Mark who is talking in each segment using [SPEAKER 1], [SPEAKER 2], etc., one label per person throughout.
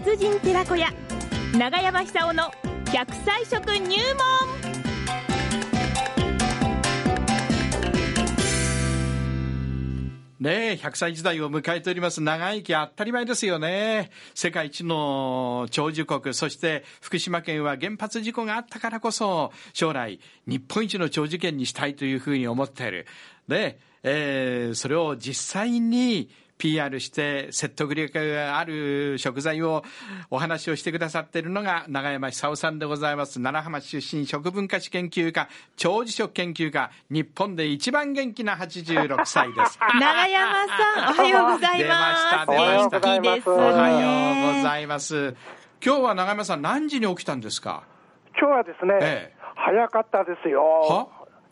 [SPEAKER 1] 達人寺子屋長山久夫の100歳食入門。
[SPEAKER 2] ねえ、100歳時代を迎えております。長生き当たり前ですよね。世界一の長寿国、そして福島県は原発事故があったからこそ将来日本一の長寿県にしたいというふうに思っている。で、それを実際にPR して説得力がある食材をお話をしてくださっているのが長山久夫さんでございます。奈良浜出身、食文化史研究家、長寿食研究家、日本で一番元気な86歳です。
[SPEAKER 1] 長山さん、おはようございます。元気ですね。
[SPEAKER 2] おはようございます。今日は長山さん何時に起きたんですか？
[SPEAKER 3] 今日はですね、早かったですよ。
[SPEAKER 2] は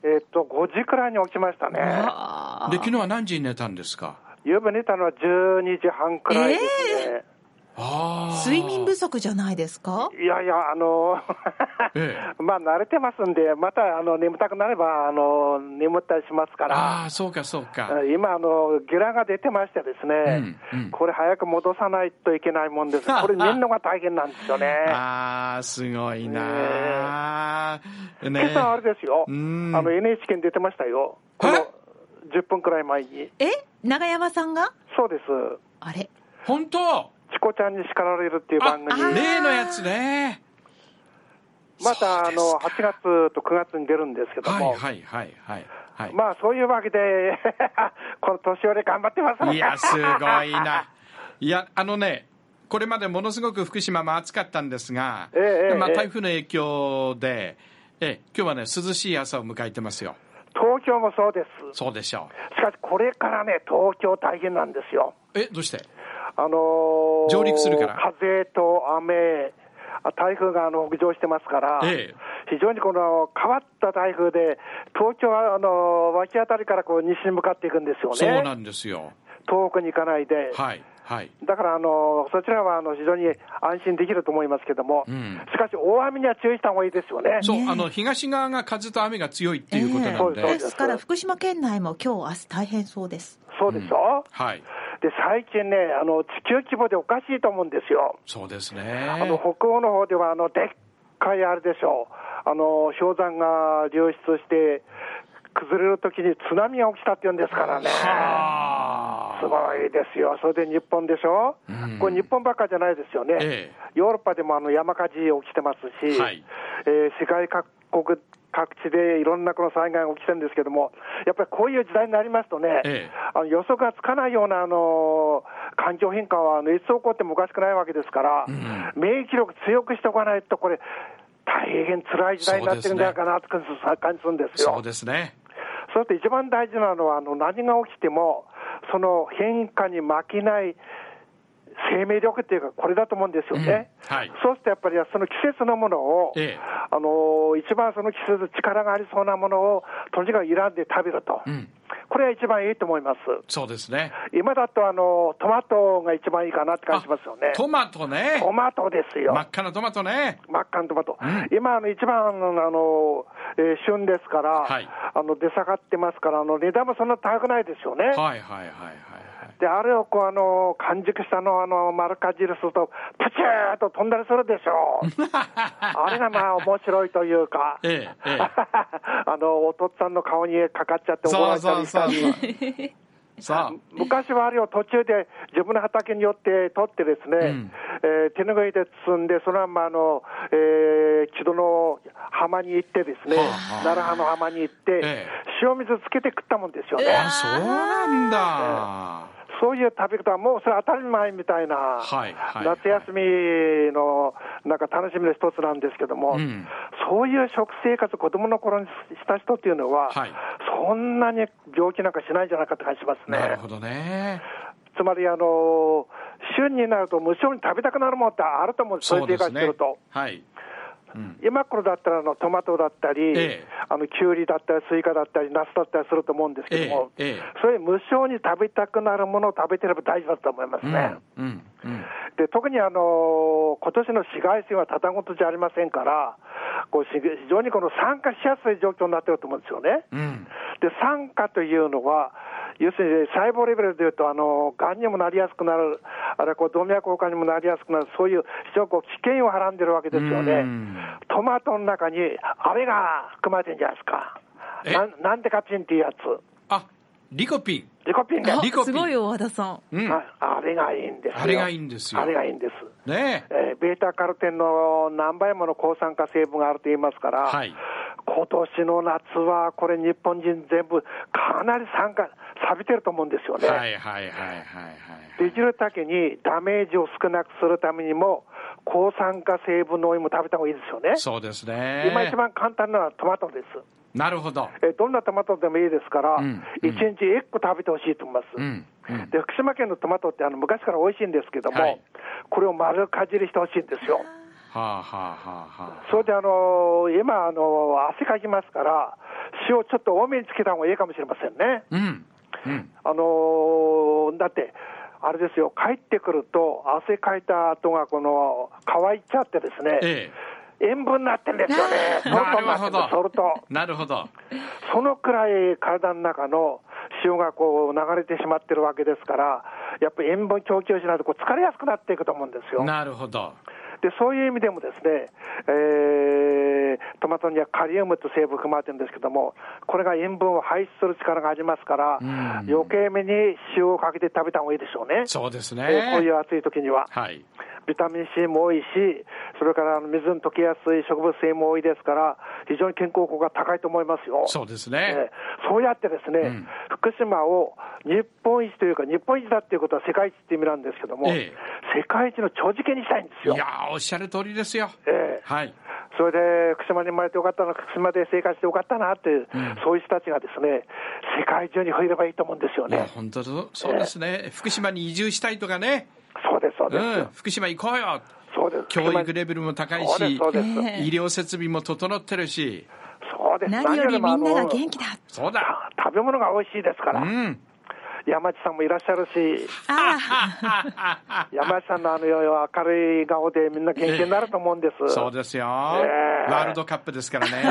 [SPEAKER 3] 5時くらいに起きましたね。
[SPEAKER 2] で、昨日は何時に寝たんですか？
[SPEAKER 3] 夕べ寝たのは12時半くらいですね。
[SPEAKER 1] 睡眠不足じゃないですか？
[SPEAKER 3] いやいや、まあ慣れてますんで、また眠たくなれば眠ったりしますから。
[SPEAKER 2] ああ、そうかそうか。
[SPEAKER 3] 今ゲラが出てましてですね、これ早く戻さないといけないもんです。これ寝るのが大変なんですよね。
[SPEAKER 2] ああ、すごいな、
[SPEAKER 3] 今朝あれですよ、NHK に出てましたよ、この10分くらい前に。
[SPEAKER 1] 長山さんが？
[SPEAKER 3] そうです。
[SPEAKER 1] あれ、
[SPEAKER 2] 本当？
[SPEAKER 3] チコちゃんに叱られるっていう番組。
[SPEAKER 2] 例のやつね。
[SPEAKER 3] また8月と9月に出るんですけども、まあそういうわけでこの年寄り頑張ってますね。
[SPEAKER 2] いや、すごいな。いや、これまでものすごく福島も暑かったんですが、台風の影響で、今日はね、涼しい朝を迎えてますよ。
[SPEAKER 3] 東京もそうです。
[SPEAKER 2] そうでしょ
[SPEAKER 3] う。しかしこれからね、東京大変なんですよ。
[SPEAKER 2] どうして？上陸するから？
[SPEAKER 3] 風と雨、台風が北上してますから、非常にこの変わった台風で、東京は脇あたりから西に向かっていくんですよね。
[SPEAKER 2] そうなんですよ。
[SPEAKER 3] 遠くに行かないで。だからそちらは非常に安心できると思いますけども、しかし大雨には注意した方がいいですよね。
[SPEAKER 2] そう、東側が風と雨が強いっていうことなんで、
[SPEAKER 1] ですから福島県内も今日明日大変そうです。
[SPEAKER 3] そうでしょ、で最近ね、地球規模でおかしいと思うんですよ。
[SPEAKER 2] そうですね。
[SPEAKER 3] 北欧の方ではでっかいあれでしょう、氷山が流出して崩れるときに津波が起きたっていうんですからね。すごいですよ。それで日本でしょ、これ日本ばっかじゃないですよね。ヨーロッパでも山火事起きてますし、世界各国各地でいろんなこの災害が起きてるんですけども、やっぱりこういう時代になりますとね、予測がつかないような環境変化はいつ起こってもおかしくないわけですから、免疫力強くしておかないと、これ大変辛い時代になってるんじゃないかなと感じするんですよ。
[SPEAKER 2] そうですね。
[SPEAKER 3] そして一番大事なのは何が起きてもその変化に負けない生命力っていうか、これだと思うんですよね。そうするとやっぱりその季節のものを、一番その季節力がありそうなものをとにかく選んで食べると、これが一番いいと思います。
[SPEAKER 2] そうですね。
[SPEAKER 3] 今だとトマトが一番いいかなって感じしますよね。
[SPEAKER 2] トマトね。
[SPEAKER 3] トマトですよ。
[SPEAKER 2] 真っ赤なトマトね。
[SPEAKER 3] 真っ赤なトマト、今一番旬ですから、出下がってますから値段もそんな高くないですよね。であれを完熟した丸かじりするとプチューと飛んだりするでしょうあれがまあ面白いというか、お父っつぁんの顔にかかっちゃって怒られたりしたり昔はあれを途中で自分の畑によって取ってですね、手ぬぐいで包んでそのまま木戸の浜に行ってですね、奈良浜の浜に行って、塩水つけて食ったもんですよね。
[SPEAKER 2] そうなんだ。
[SPEAKER 3] そういう食べ方はもうそれ当たり前みたいな、夏休みのなんか楽しみの一つなんですけども、そういう食生活子供の頃にした人っていうのは、そんなに病気なんかしないんじゃないかって感じしますね。
[SPEAKER 2] なるほどね。
[SPEAKER 3] つまり旬になると無性に食べたくなるものってあると思うんです。そういう生活してると。今頃だったらトマトだったり、キュウリだったりスイカだったりナスだったりすると思うんですけども、そういう無性に食べたくなるものを食べてれば大事だと思いますね。で特に今年の紫外線はただごとじゃありませんから、非常に酸化しやすい状況になっていると思うんですよね。で酸化というのは要するに細胞レベルでいうとがんにもなりやすくなる、あるいは動脈硬化にもなりやすくなる、そういう非常に危険をはらんでるわけですよね。トマトの中にあれが含まれてるんじゃないですか。なんでカチンっていうやつ。
[SPEAKER 2] リコピン。
[SPEAKER 3] リコピンが
[SPEAKER 1] すごいよ和田さん、
[SPEAKER 3] あれがいいんですよ。
[SPEAKER 2] あれがいいんですよ。
[SPEAKER 3] あれがいいんです
[SPEAKER 2] ね。
[SPEAKER 3] ベータカロテンの何倍もの抗酸化成分があると言いますから、はい、今年の夏はこれ日本人全部かなり錆びてると思うんですよね。できるだけにダメージを少なくするためにも抗酸化成分の多いもの食べた方がいいですよね。
[SPEAKER 2] そうですね。
[SPEAKER 3] 今一番簡単なのはトマトです。
[SPEAKER 2] なるほど。
[SPEAKER 3] どんなトマトでもいいですから、1日1個食べてほしいと思います。で福島県のトマトって昔から美味しいんですけども、はい、これを丸かじりしてほしいんですよ。それで今汗かきますから塩ちょっと多めにつけた方がいいかもしれませんね。だってあれですよ、帰ってくると汗かいた後が乾いちゃってですね、塩分になってるんですよね。ソルト。
[SPEAKER 2] なるほど。
[SPEAKER 3] そのくらい体の中の塩が流れてしまってるわけですから、やっぱり塩分供給しないと疲れやすくなっていくと思うんですよ。
[SPEAKER 2] なるほど。
[SPEAKER 3] でそういう意味でもですね、トマトにはカリウムと成分含まれてるんですけども、これが塩分を排出する力がありますから、余計めに塩をかけて食べた方がいいでしょうね。
[SPEAKER 2] そうですね。
[SPEAKER 3] こういう暑い時には、はい、ビタミン C も多いし、それから水に溶けやすい植物性も多いですから、非常に健康効果が高いと思いますよ。
[SPEAKER 2] そうですね。
[SPEAKER 3] そうやってですね、福島を日本一というか、日本一だっていうことは世界一って意味なんですけども、世界一の長寿県にしたいんですよ。
[SPEAKER 2] いやおっしゃる通りですよ。はい。
[SPEAKER 3] それで福島に生まれてよかったな、福島で生活してよかったなって、そういう人たちがですね、世界中に増えればいいと思うんですよね。
[SPEAKER 2] 本当そうですね。福島に移住したいとかね。
[SPEAKER 3] そうですそうです。
[SPEAKER 2] 福島行こうよ。
[SPEAKER 3] そうです。
[SPEAKER 2] 教育レベルも高いし、医療設備も整ってるし。
[SPEAKER 3] そうです。
[SPEAKER 1] 何よりみんなが元気だ。
[SPEAKER 2] そうだ。
[SPEAKER 3] 食べ物が美味しいですから。山地さんもいらっしゃるし、山地さんの明るい顔でみんな元気になると思うんです。
[SPEAKER 2] そうですよ。ワールドカップですからね。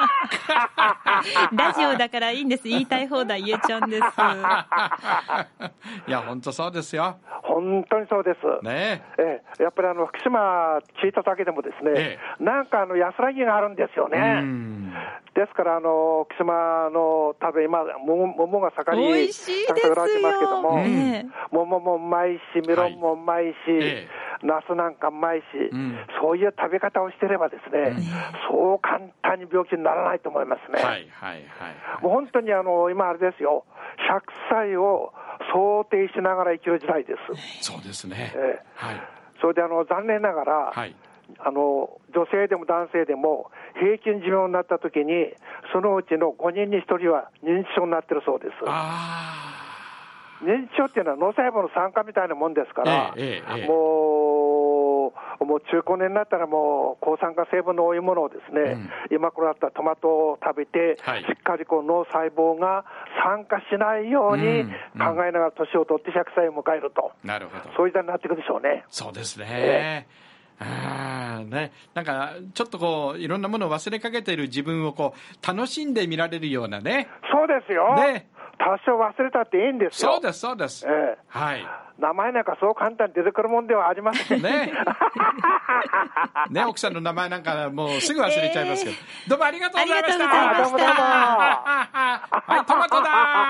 [SPEAKER 1] ラジオだからいいんです。言いたい放題言えちゃうんです。
[SPEAKER 2] いや本当そうですよ。
[SPEAKER 3] 本当にそうです。ね。やっぱり福島聞いただけでもですね、なんか安らぎがあるんですよね。ですから福島の多分今桃が盛り
[SPEAKER 1] 美味しいですよ。
[SPEAKER 3] 桃もうまいし、メロンもうまいし、ナスなんかうまいし、そういう食べ方をしてればですね、そう簡単に病気にならないと思いますね。もう本当に今あれですよ、100歳を想定しながら生きる時代です。
[SPEAKER 2] そうですね。
[SPEAKER 3] それで残念ながら、女性でも男性でも平均寿命になった時にそのうちの5人に1人は認知症になってるそうです。認知症っていうのは脳細胞の酸化みたいなもんですから、もう中高年になったらもう抗酸化成分の多いものをですね、今頃だったらトマトを食べて、しっかり脳細胞が酸化しないように考えながら年を取って100歳を迎えると、そういう時代になっていくでしょうね。
[SPEAKER 2] そうですね。なんかちょっといろんなものを忘れかけている自分を楽しんで見られるようなね。
[SPEAKER 3] そうですよ。多少忘れたっていいんですよ。
[SPEAKER 2] そうです。
[SPEAKER 3] 名前なんかそう簡単に出てくるもんではありませんね。
[SPEAKER 2] 奥さんの名前なんかもうすぐ忘れちゃいますけど、どうもありがとうございました。
[SPEAKER 3] どうも。
[SPEAKER 2] はい、トマトだ